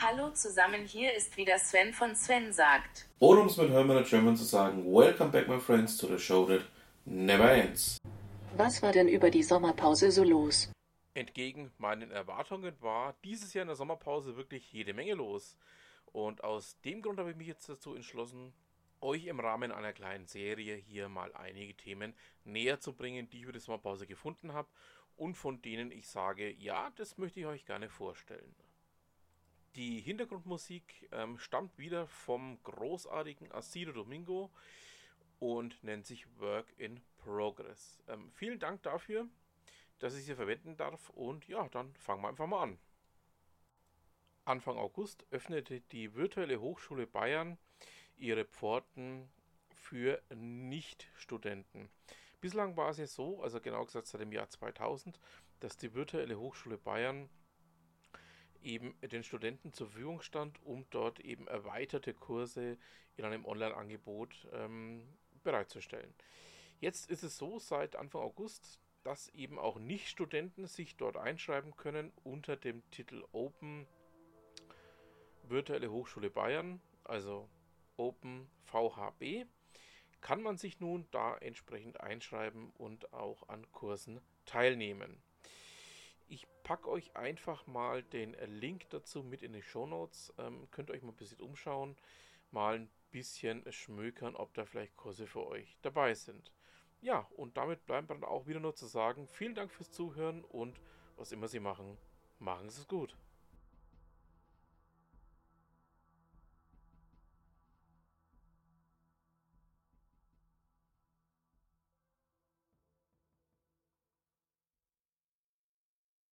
Hallo zusammen, hier ist wieder Sven von Sven sagt. Oder um es mit Hermann German zu sagen, Welcome back my friends to the show that never ends. Was war denn über die Sommerpause so los? Entgegen meinen Erwartungen war dieses Jahr in der Sommerpause wirklich jede Menge los. Und aus dem Grund habe ich mich jetzt dazu entschlossen, euch im Rahmen einer kleinen Serie hier mal einige Themen näher zu bringen, die ich über die Sommerpause gefunden habe und von denen ich sage, ja, das möchte ich euch gerne vorstellen. Die Hintergrundmusik stammt wieder vom großartigen Asido Domingo und nennt sich Work in Progress. Vielen Dank dafür, dass ich sie verwenden darf und ja, dann fangen wir einfach mal an. Anfang August öffnete die Virtuelle Hochschule Bayern ihre Pforten für Nichtstudenten. Bislang war es ja so, also genau gesagt seit dem Jahr 2000, dass die Virtuelle Hochschule Bayern eben den Studenten zur Verfügung stand, um dort eben erweiterte Kurse in einem Online-Angebot bereitzustellen. Jetzt ist es so, seit Anfang August, dass eben auch Nicht-Studenten sich dort einschreiben können unter dem Titel Open Virtuelle Hochschule Bayern, also Open VHB, kann man sich nun da entsprechend einschreiben und auch an Kursen teilnehmen. Ich packe euch einfach mal den Link dazu mit in die Shownotes. Könnt ihr euch mal ein bisschen umschauen, mal ein bisschen schmökern, ob da vielleicht Kurse für euch dabei sind. Ja, und damit bleibt dann auch wieder nur zu sagen, vielen Dank fürs Zuhören und was immer Sie machen, machen Sie es gut.